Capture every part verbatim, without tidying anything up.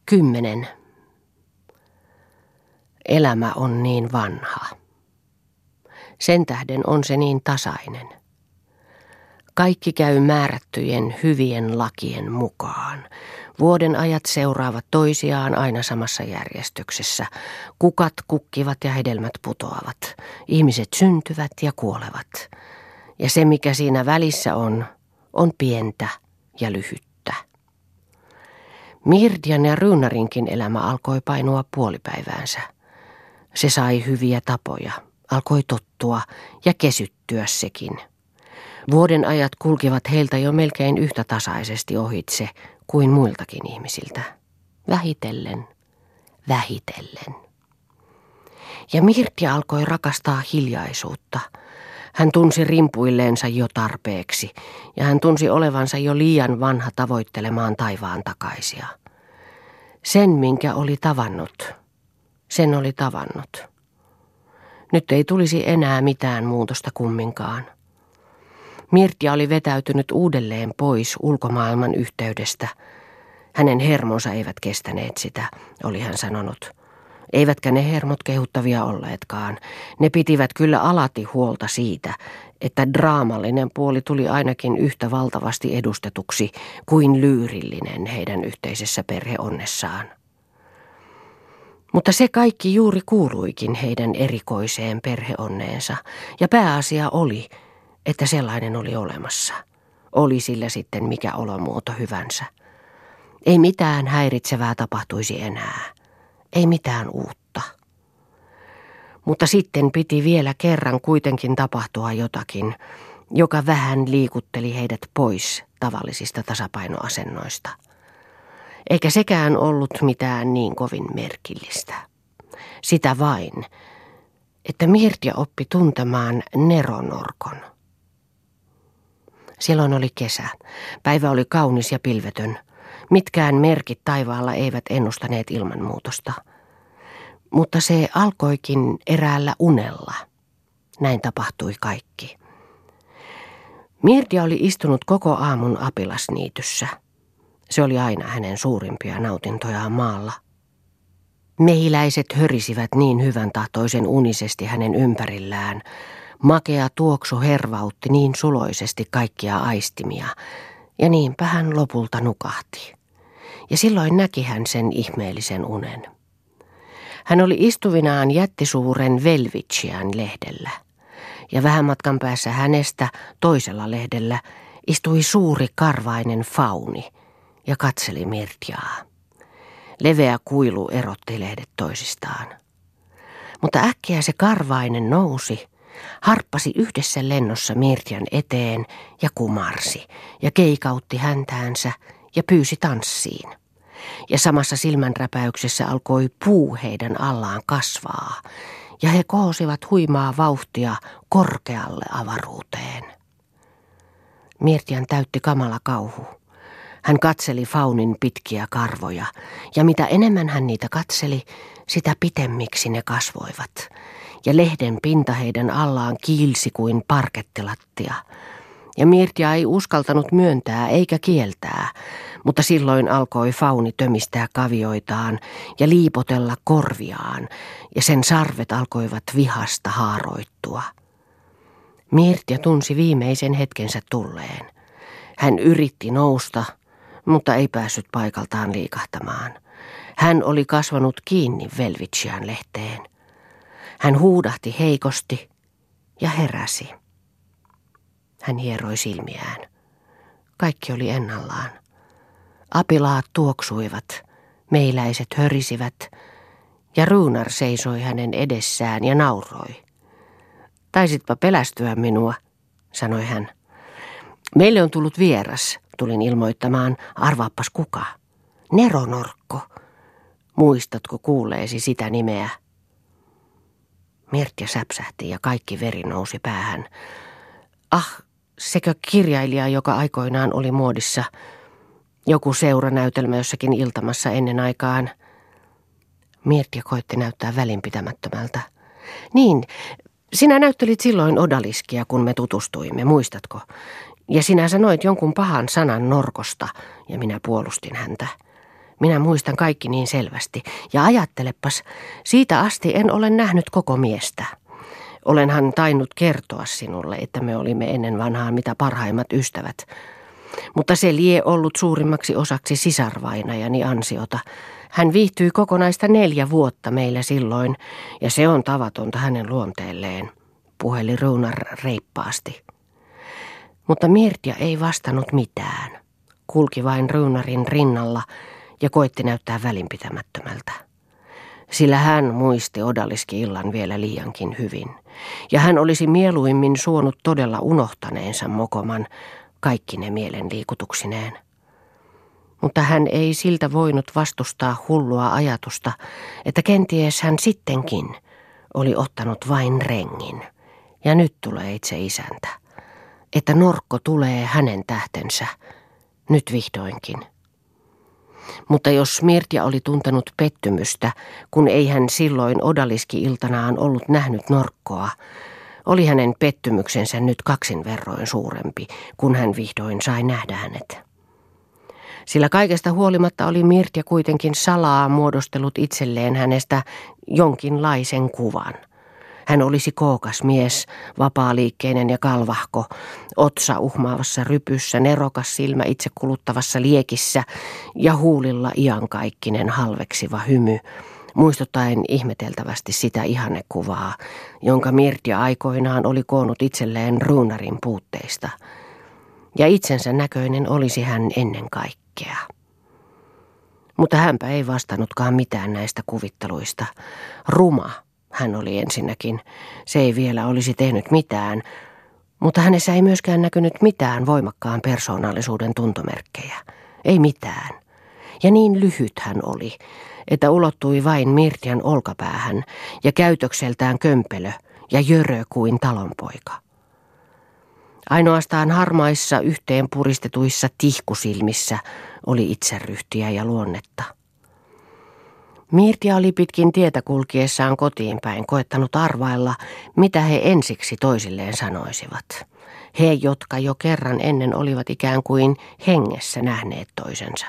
Kymmenen. Elämä on niin vanha. Sen tähden on se niin tasainen. Kaikki käy määrättyjen hyvien lakien mukaan. Vuoden ajat seuraavat toisiaan aina samassa järjestyksessä. Kukat kukkivat ja hedelmät putoavat. Ihmiset syntyvät ja kuolevat. Ja se, mikä siinä välissä on, on pientä ja lyhyttä. Mirdian ja Runarinkin elämä alkoi painua puolipäiväänsä. Se sai hyviä tapoja, alkoi tottua ja kesyttyä sekin. Vuoden ajat kulkivat heiltä jo melkein yhtä tasaisesti ohitse kuin muiltakin ihmisiltä. Vähitellen, vähitellen. Ja Mirdia alkoi rakastaa hiljaisuutta. Hän tunsi rimpuilleensa jo tarpeeksi, ja hän tunsi olevansa jo liian vanha tavoittelemaan taivaan takaisia. Sen, minkä oli tavannut, sen oli tavannut. Nyt ei tulisi enää mitään muutosta kumminkaan. Mirdia oli vetäytynyt uudelleen pois ulkomaailman yhteydestä. Hänen hermonsa eivät kestäneet sitä, oli hän sanonut. Eivätkä ne hermot kehuttavia olleetkaan. Ne pitivät kyllä alati huolta siitä, että draamallinen puoli tuli ainakin yhtä valtavasti edustetuksi kuin lyyrillinen heidän yhteisessä perheonnessaan. Mutta se kaikki juuri kuuluikin heidän erikoiseen perheonneensa, ja pääasia oli, että sellainen oli olemassa. Oli sillä sitten mikä olomuoto hyvänsä. Ei mitään häiritsevää tapahtuisi enää. Ei mitään uutta. Mutta sitten piti vielä kerran kuitenkin tapahtua jotakin, joka vähän liikutteli heidät pois tavallisista tasapainoasennoista. Eikä sekään ollut mitään niin kovin merkillistä. Sitä vain, että Mirdia oppi tuntemaan neronorkon. Silloin oli kesä. Päivä oli kaunis ja pilvetön. Mitkään merkit taivaalla eivät ennustaneet ilmanmuutosta. Mutta se alkoikin eräällä unella. Näin tapahtui kaikki. Mirdia oli istunut koko aamun apilasniityssä. Se oli aina hänen suurimpia nautintojaan maalla. Mehiläiset hörisivät niin hyvän tahtoisen unisesti hänen ympärillään. Makea tuoksu hervautti niin suloisesti kaikkia aistimia, ja niinpä hän lopulta nukahti. Ja silloin näki hän sen ihmeellisen unen. Hän oli istuvinaan jättisuuren Velvitsian lehdellä, ja vähän matkan päässä hänestä toisella lehdellä istui suuri karvainen fauni ja katseli Mirdiaa. Leveä kuilu erotti lehdet toisistaan. Mutta äkkiä se karvainen nousi, harppasi yhdessä lennossa Mirdian eteen ja kumarsi ja keikautti häntäänsä ja pyysi tanssiin. Ja samassa silmänräpäyksessä alkoi puu heidän allaan kasvaa ja he kohosivat huimaa vauhtia korkealle avaruuteen. Mirdian täytti kamala kauhu. Hän katseli faunin pitkiä karvoja, ja mitä enemmän hän niitä katseli, sitä pitemmiksi ne kasvoivat, ja lehden pinta heidän allaan kiilsi kuin parkettilattia. Ja Mirdia ei uskaltanut myöntää eikä kieltää, mutta silloin alkoi fauni tömistää kavioitaan ja liipotella korviaan, ja sen sarvet alkoivat vihasta haaroittua. Mirdia tunsi viimeisen hetkensä tulleen. Hän yritti nousta, mutta ei päässyt paikaltaan liikahtamaan. Hän oli kasvanut kiinni Velvitsian lehteen. Hän huudahti heikosti ja heräsi. Hän hieroi silmiään. Kaikki oli ennallaan. Apilaat tuoksuivat, meiläiset hörisivät, ja Runar seisoi hänen edessään ja nauroi. Taisitpa pelästyä minua, sanoi hän. Meille on tullut vieras, tulin ilmoittamaan, arvaappas kuka. Neronorkko. Muistatko kuulleesi sitä nimeä? Mirdia säpsähti ja kaikki veri nousi päähän. Ah, sekö kirjailija, joka aikoinaan oli muodissa? Joku seuranäytelmä jossakin iltamassa ennen aikaan. Mirdia koitti näyttää välinpitämättömältä. Niin, sinä näyttelit silloin odaliskia, kun me tutustuimme, muistatko? Ja sinä sanoit jonkun pahan sanan norkosta, ja minä puolustin häntä. Minä muistan kaikki niin selvästi. Ja ajattelepas, siitä asti en ole nähnyt koko miestä. Olenhan tainnut kertoa sinulle, että me olimme ennen vanhaan mitä parhaimmat ystävät. Mutta se lie ollut suurimmaksi osaksi sisarvainajani ansiota. Hän viihtyi kokonaista neljä vuotta meillä silloin, ja se on tavatonta hänen luonteelleen, puheli Runar reippaasti. Mutta Mirtja ei vastannut mitään. Kulki vain Runarin rinnalla ja koitti näyttää välinpitämättömältä. Sillä hän muisti Odaliski-illan vielä liiankin hyvin, ja hän olisi mieluimmin suonut todella unohtaneensa mokoman kaikki ne mielenliikutuksineen. Mutta hän ei siltä voinut vastustaa hullua ajatusta, että kenties hän sittenkin oli ottanut vain rengin, ja nyt tulee itse isäntä, että Norkko tulee hänen tähtensä, nyt vihdoinkin. Mutta jos Mirtja oli tuntenut pettymystä, kun ei hän silloin Odaliski-iltanaan ollut nähnyt Norkkoa, oli hänen pettymyksensä nyt kaksin verroin suurempi, kun hän vihdoin sai nähdä hänet. Sillä kaikesta huolimatta oli Mirtja kuitenkin salaa muodostellut itselleen hänestä jonkinlaisen kuvan. Hän olisi kookas mies, vapaaliikkeinen ja kalvahko, otsa uhmaavassa rypyssä, nerokas silmä itse kuluttavassa liekissä ja huulilla iankaikkinen halveksiva hymy, muistuttaen ihmeteltävästi sitä ihannekuvaa, jonka Mirtja aikoinaan oli koonnut itselleen Runarin puutteista. Ja itsensä näköinen olisi hän ennen kaikkea. Mutta hänpä ei vastannutkaan mitään näistä kuvitteluista. Ruma hän oli ensinnäkin, se ei vielä olisi tehnyt mitään, mutta hänessä ei myöskään näkynyt mitään voimakkaan persoonallisuuden tuntomerkkejä. Ei mitään. Ja niin lyhyt hän oli, että ulottui vain Mirtjan olkapäähän ja käytökseltään kömpelö ja jörö kuin talonpoika. Ainoastaan harmaissa yhteen puristetuissa tihkusilmissä oli itseryhtiä ja luonnetta. Mirtja oli pitkin tietä kulkiessaan kotiin päin koettanut arvailla, mitä he ensiksi toisilleen sanoisivat. He, jotka jo kerran ennen olivat ikään kuin hengessä nähneet toisensa.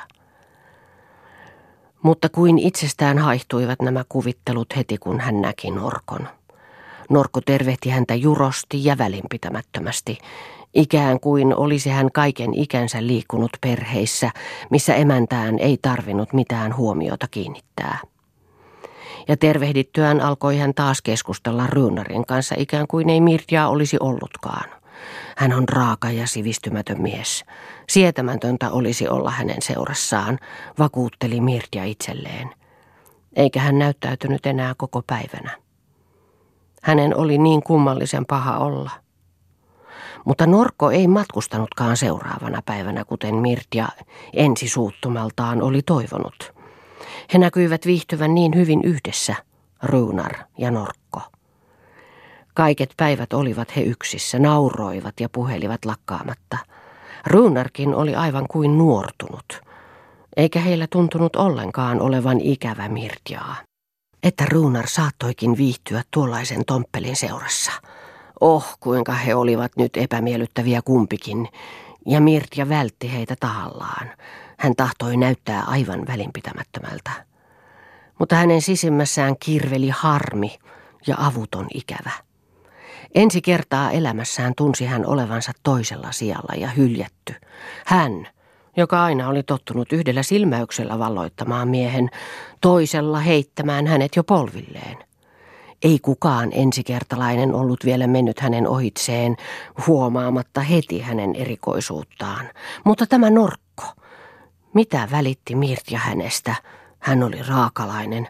Mutta kuin itsestään haihtuivat nämä kuvittelut heti, kun hän näki Norkon. Norkko tervehti häntä jurosti ja välinpitämättömästi, ikään kuin olisi hän kaiken ikänsä liikkunut perheissä, missä emäntään ei tarvinnut mitään huomiota kiinnittää. Ja tervehdittyään alkoi hän taas keskustella Runarin kanssa, ikään kuin ei Mirtjaa olisi ollutkaan. Hän on raaka ja sivistymätön mies. Sietämätöntä olisi olla hänen seurassaan, vakuutteli Mirtja itselleen. Eikä hän näyttäytynyt enää koko päivänä. Hänen oli niin kummallisen paha olla. Mutta Norkko ei matkustanutkaan seuraavana päivänä, kuten Mirtja ensisuuttumaltaan oli toivonut. He näkyivät viihtyvän niin hyvin yhdessä, Runar ja Norkko. Kaiket päivät olivat he yksissä, nauroivat ja puhelivat lakkaamatta. Runarkin oli aivan kuin nuortunut, eikä heillä tuntunut ollenkaan olevan ikävä Mirtjaa. Että Runar saattoikin viihtyä tuollaisen tomppelin seurassa. Oh, kuinka he olivat nyt epämiellyttäviä kumpikin, ja Mirtja vältti heitä tahallaan. Hän tahtoi näyttää aivan välinpitämättömältä. Mutta hänen sisimmässään kirveli harmi ja avuton ikävä. Ensi kertaa elämässään tunsi hän olevansa toisella sijalla ja hyljätty. Hän, joka aina oli tottunut yhdellä silmäyksellä valloittamaan miehen, toisella heittämään hänet jo polvilleen. Ei kukaan ensikertalainen ollut vielä mennyt hänen ohitseen huomaamatta heti hänen erikoisuuttaan. Mutta tämä Norkko, mitä välitti Mirtja hänestä? Hän oli raakalainen.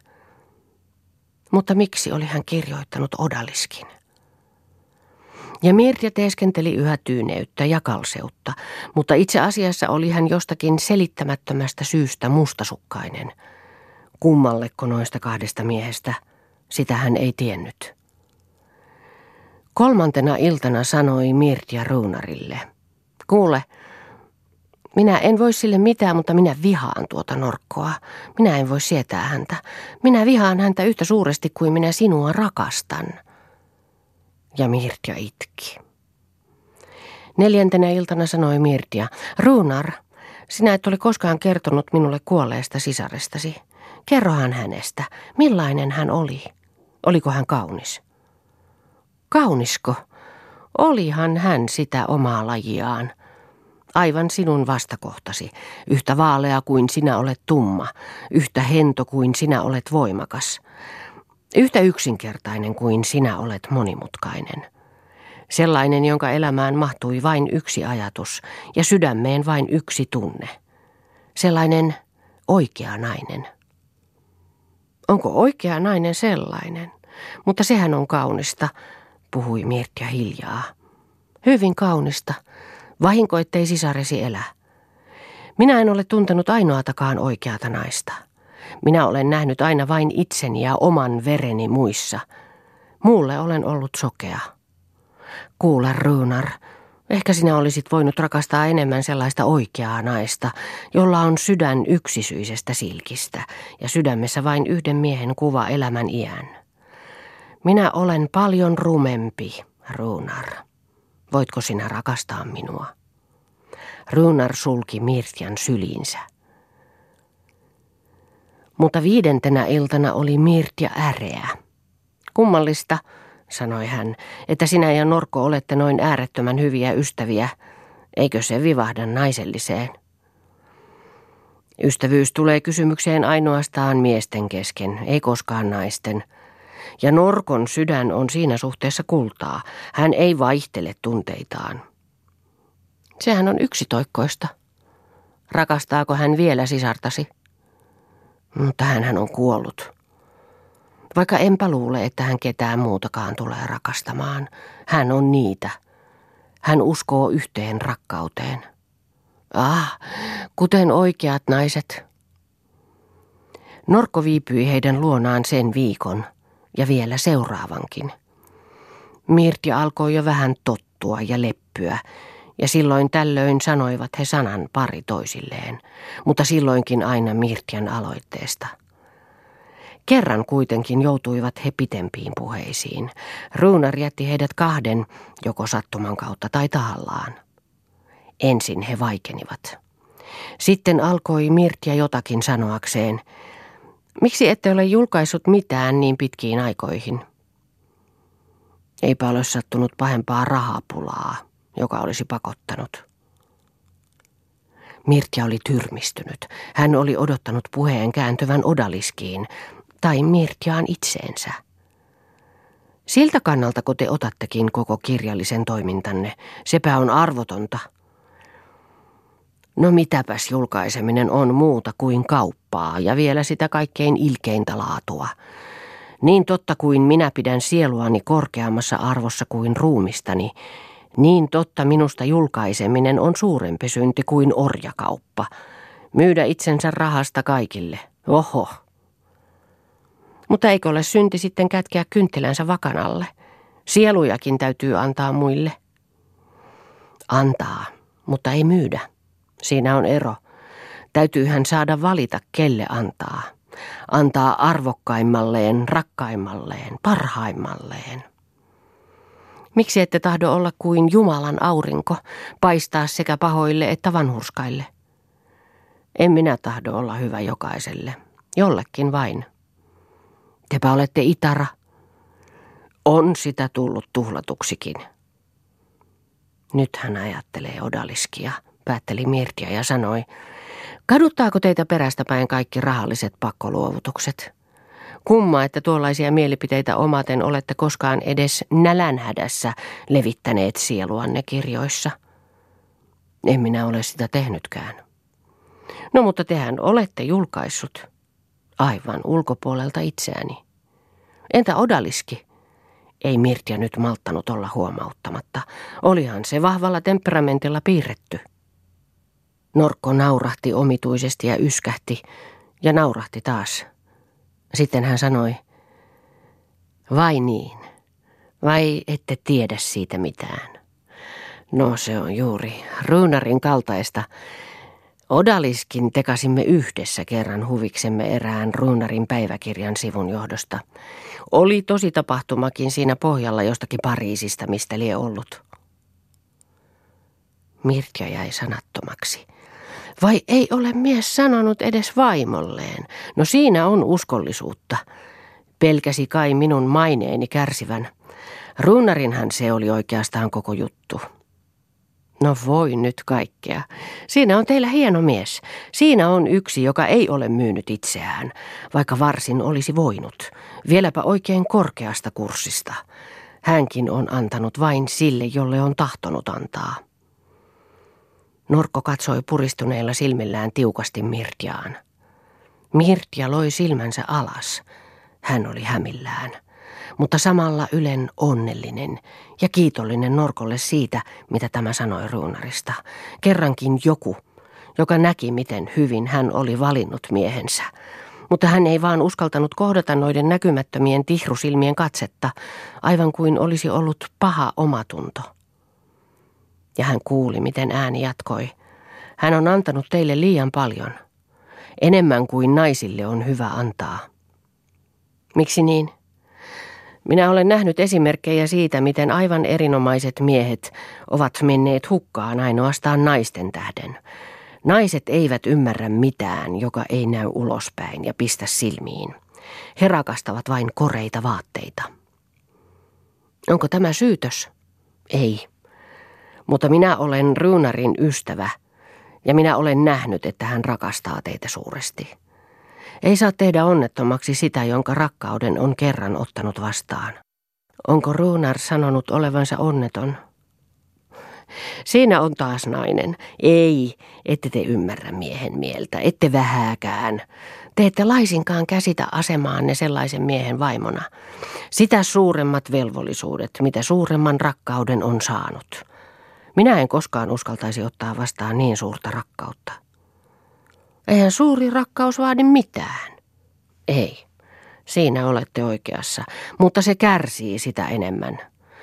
Mutta miksi oli hän kirjoittanut Odaliskin? Ja Mirtja teeskenteli yhä tyyneyttä ja kalseutta, mutta itse asiassa oli hän jostakin selittämättömästä syystä mustasukkainen. Kummalleko noista kahdesta miehestä? Sitä hän ei tiennyt. Kolmantena iltana sanoi Mirtja Runarille: kuule, minä en voi sille mitään, mutta minä vihaan tuota Norkkoa. Minä en voi sietää häntä. Minä vihaan häntä yhtä suuresti kuin minä sinua rakastan. Ja Mirtja itki. Neljäntenä iltana sanoi Mirtja: Runar, Sinä et ole koskaan kertonut minulle kuolleesta sisarestasi. Kerrohan hänestä, millainen hän oli. Oliko hän kaunis? Kaunisko? Olihan hän sitä omaa lajiaan. Aivan sinun vastakohtasi, yhtä vaalea kuin sinä olet tumma, yhtä hento kuin sinä olet voimakas, yhtä yksinkertainen kuin sinä olet monimutkainen. Sellainen, jonka elämään mahtui vain yksi ajatus ja sydämeen vain yksi tunne. Sellainen oikea nainen. Onko oikea nainen sellainen? Mutta sehän on kaunista, puhui Mirtja hiljaa. Hyvin kaunista. Vahinko, ettei sisaresi elä. Minä en ole tuntenut ainoatakaan oikeata naista. Minä olen nähnyt aina vain itseni ja oman vereni muissa. Muulle olen ollut sokea. Kuule, Runar, ehkä sinä olisit voinut rakastaa enemmän sellaista oikeaa naista, jolla on sydän yksisyisestä silkistä ja sydämessä vain yhden miehen kuva elämän iän. Minä olen paljon rumempi, Runar. Voitko sinä rakastaa minua? Runar sulki Mirtjan syliinsä. Mutta viidentenä iltana oli Mirtja äreä. Kummallista, sanoi hän, että sinä ja Norko olette noin äärettömän hyviä ystäviä. Eikö se vivahda naiselliseen? Ystävyys tulee kysymykseen ainoastaan miesten kesken, ei koskaan naisten. Ja Norkon sydän on siinä suhteessa kultaa. Hän ei vaihtele tunteitaan. Sehän on yksitoikkoista. Rakastaako hän vielä sisartasi? Mutta hänhän on kuollut. Vaikka enpä luule, että hän ketään muutakaan tulee rakastamaan. Hän on niitä. Hän uskoo yhteen rakkauteen. Ah, kuten oikeat naiset. Norkko viipyi heidän luonaan sen viikon ja vielä seuraavankin. Mirtja alkoi jo vähän tottua ja leppyä, ja silloin tällöin sanoivat he sanan pari toisilleen, mutta silloinkin aina Mirtjan aloitteesta. Kerran kuitenkin joutuivat he pitempiin puheisiin. Runar jätti heidät kahden, joko sattuman kautta tai tahallaan. Ensin he vaikenivat. Sitten alkoi Mirtja jotakin sanoakseen. Miksi ette ole julkaissut mitään niin pitkiin aikoihin? Eipä ole sattunut pahempaa rahapulaa, joka olisi pakottanut. Mirtja oli tyrmistynyt. Hän oli odottanut puheen kääntyvän Odaliskiin, tai Mirtjaan itseensä. Siltä kannalta, kun te otattekin koko kirjallisen toimintanne, sepä on arvotonta. No mitäpäs julkaiseminen on muuta kuin kauppaa ja vielä sitä kaikkein ilkeintä laatua. Niin totta kuin minä pidän sieluani korkeammassa arvossa kuin ruumistani, niin totta minusta julkaiseminen on suurempi synti kuin orjakauppa. Myydä itsensä rahasta kaikille. Oho. Mutta eikö ole synti sitten kätkeä kynttilänsä vakan alle? Sielujakin täytyy antaa muille. Antaa, mutta ei myydä. Siinä on ero. Täytyyhän saada valita, kelle antaa. Antaa arvokkaimmalleen, rakkaimmalleen, parhaimmalleen. Miksi ette tahdo olla kuin Jumalan aurinko, paistaa sekä pahoille että vanhurskaille? En minä tahdo olla hyvä jokaiselle, jollekin vain. Tepä olette itara. On sitä tullut tuhlatuksikin. Nyt hän ajattelee Odaliskia, päätteli Mirtja ja sanoi, kaduttaako teitä perästäpäin kaikki rahalliset pakkoluovutukset? Kumma, että tuollaisia mielipiteitä omaten olette koskaan edes nälänhädässä levittäneet sieluanne kirjoissa. En minä ole sitä tehnytkään. No mutta tehän olette julkaissut. Aivan ulkopuolelta itseäni. Entä Odaliski? Ei Mirtja nyt malttanut olla huomauttamatta. Olihan se vahvalla temperamentilla piirretty. Norkko naurahti omituisesti ja yskähti ja naurahti taas. Sitten hän sanoi, vai niin, vai ette tiedä siitä mitään. No se on juuri Runarin kaltaista. Odaliskin tekasimme yhdessä kerran huviksemme erään Runarin päiväkirjan sivun johdosta. Oli tosi tapahtumakin siinä pohjalla jostakin Pariisista, mistä lie ollut. Mirtja jäi sanattomaksi. Vai ei ole mies sanonut edes vaimolleen? No siinä on uskollisuutta. Pelkäsi kai minun maineeni kärsivän. Ruunarinhan se oli oikeastaan koko juttu. No voi nyt kaikkea. Siinä on teillä hieno mies. Siinä on yksi, joka ei ole myynyt itseään, vaikka varsin olisi voinut. Vieläpä oikein korkeasta kurssista. Hänkin on antanut vain sille, jolle on tahtonut antaa. Norkko katsoi puristuneilla silmillään tiukasti Mirtjaan. Mirtja loi silmänsä alas. Hän oli hämillään, mutta samalla ylen onnellinen ja kiitollinen Norkolle siitä, mitä tämä sanoi Ruunarista. Kerrankin joku, joka näki, miten hyvin hän oli valinnut miehensä. Mutta hän ei vaan uskaltanut kohdata noiden näkymättömien tihrusilmien katsetta, aivan kuin olisi ollut paha omatunto. Ja hän kuuli, miten ääni jatkoi. Hän on antanut teille liian paljon. Enemmän kuin naisille on hyvä antaa. Miksi niin? Minä olen nähnyt esimerkkejä siitä, miten aivan erinomaiset miehet ovat menneet hukkaan ainoastaan naisten tähden. Naiset eivät ymmärrä mitään, joka ei näy ulospäin ja pistä silmiin. He rakastavat vain koreita vaatteita. Onko tämä syytös? Ei. Mutta minä olen Ruunarin ystävä ja minä olen nähnyt, että hän rakastaa teitä suuresti. Ei saa tehdä onnettomaksi sitä, jonka rakkauden on kerran ottanut vastaan. Onko Ruunar sanonut olevansa onneton? Siinä on taas nainen. Ei, ette te ymmärrä miehen mieltä, ette vähääkään. Te ette laisinkaan käsitä asemaanne sellaisen miehen vaimona. Sitä suuremmat velvollisuudet, mitä suuremman rakkauden on saanut. Minä en koskaan uskaltaisi ottaa vastaan niin suurta rakkautta. Eihän suuri rakkaus vaadi mitään. Ei, siinä olette oikeassa, mutta se kärsii sitä enemmän.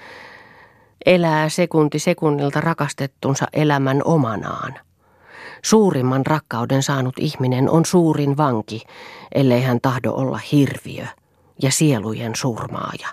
Elää sekunti sekunnilta rakastettunsa elämän omanaan. Suurimman rakkauden saanut ihminen on suurin vanki, ellei hän tahdo olla hirviö ja sielujen surmaaja.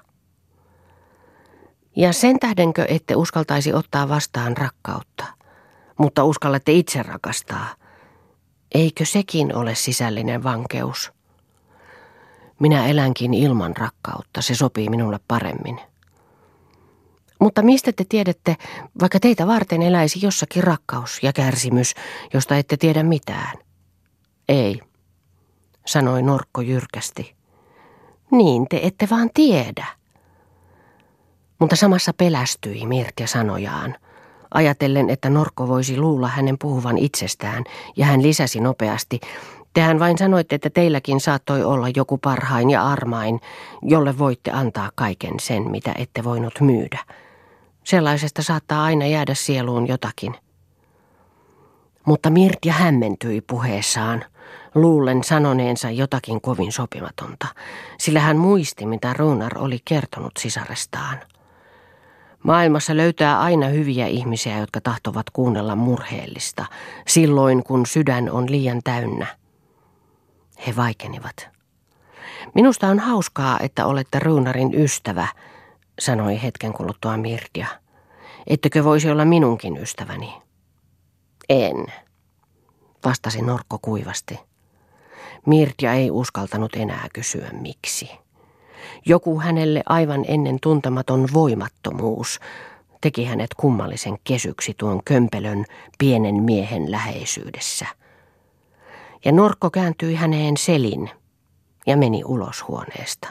Ja sen tähdenkö ette uskaltaisi ottaa vastaan rakkautta, mutta uskallatte itse rakastaa? Eikö sekin ole sisällinen vankeus? Minä elänkin ilman rakkautta, se sopii minulle paremmin. Mutta mistä te tiedätte, vaikka teitä varten eläisi jossakin rakkaus ja kärsimys, josta ette tiedä mitään? Ei, sanoi Norkko jyrkästi. Niin te ette vaan tiedä. Mutta samassa pelästyi Mirtja sanojaan. Ajatellen, että Norkko voisi luulla hänen puhuvan itsestään, ja hän lisäsi nopeasti. Tehän vain sanoitte, että teilläkin saattoi olla joku parhain ja armain, jolle voitte antaa kaiken sen, mitä ette voinut myydä. Sellaisesta saattaa aina jäädä sieluun jotakin. Mutta Mirtja hämmentyi puheessaan, luullen sanoneensa jotakin kovin sopimatonta, sillä hän muisti, mitä Ruunar oli kertonut sisarestaan. Maailmassa löytää aina hyviä ihmisiä, jotka tahtovat kuunnella murheellista, silloin kun sydän on liian täynnä. He vaikenivat. Minusta on hauskaa, että olette Ruunarin ystävä, sanoi hetken kuluttua Mirtja. Ettekö voisi olla minunkin ystäväni? En, vastasi Norkko kuivasti. Mirtja ei uskaltanut enää kysyä miksi. Joku hänelle aivan ennen tuntematon voimattomuus teki hänet kummallisen kesyksi tuon kömpelön pienen miehen läheisyydessä. Ja Norkko kääntyi häneen selin ja meni ulos huoneesta.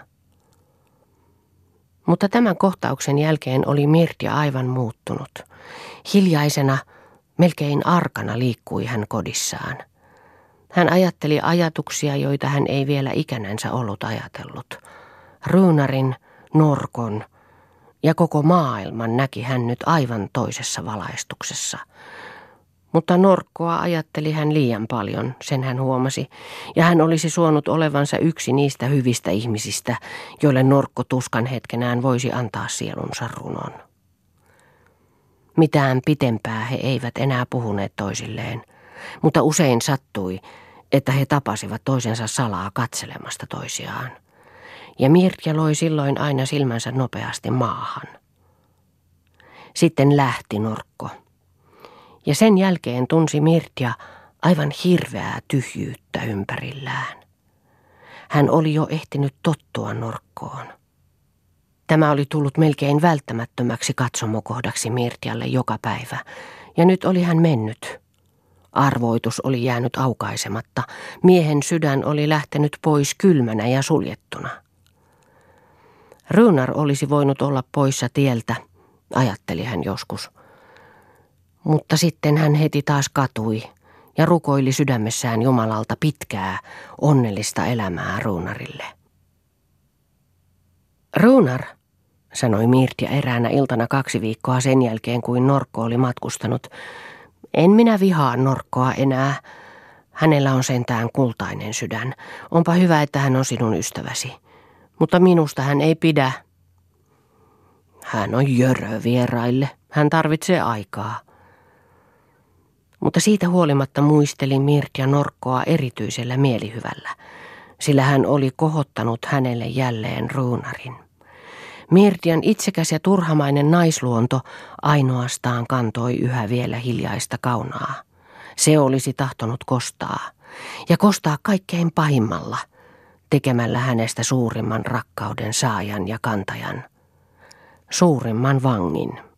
Mutta tämän kohtauksen jälkeen oli Mirtja aivan muuttunut. Hiljaisena, melkein arkana liikkui hän kodissaan. Hän ajatteli ajatuksia, joita hän ei vielä ikänänsä ollut ajatellut. Ruunarin, Norkon ja koko maailman näki hän nyt aivan toisessa valaistuksessa. Mutta Norkkoa ajatteli hän liian paljon, sen hän huomasi, ja hän olisi suonut olevansa yksi niistä hyvistä ihmisistä, joille Norkko tuskan hetkenään voisi antaa sielunsa runon. Mitään pitempää he eivät enää puhuneet toisilleen, mutta usein sattui, että he tapasivat toisensa salaa katselemasta toisiaan. Ja Mirtja loi silloin aina silmänsä nopeasti maahan. Sitten lähti Norkko. Ja sen jälkeen tunsi Mirtja aivan hirveää tyhjyyttä ympärillään. Hän oli jo ehtinyt tottua Norkkoon. Tämä oli tullut melkein välttämättömäksi katsomokohdaksi Mirtialle joka päivä, ja nyt oli hän mennyt. Arvoitus oli jäänyt aukaisematta, miehen sydän oli lähtenyt pois kylmänä ja suljettuna. Runar olisi voinut olla poissa tieltä, ajatteli hän joskus. Mutta sitten hän heti taas katui ja rukoili sydämessään Jumalalta pitkää, onnellista elämää Runarille. Runar, sanoi Mirtia eräänä iltana kaksi viikkoa sen jälkeen, kuin Norkko oli matkustanut, en minä vihaa Norkkoa enää. Hänellä on sentään kultainen sydän. Onpa hyvä, että hän on sinun ystäväsi. Mutta minusta hän ei pidä. Hän on jörö vieraille. Hän tarvitsee aikaa. Mutta siitä huolimatta muisteli Mirtia Norkkoa erityisellä mielihyvällä, sillä hän oli kohottanut hänelle jälleen Runarin. Mirtian itsekäs ja turhamainen naisluonto ainoastaan kantoi yhä vielä hiljaista kaunaa. Se olisi tahtonut kostaa, ja kostaa kaikkein pahimmalla, tekemällä hänestä suurimman rakkauden saajan ja kantajan, suurimman vangin.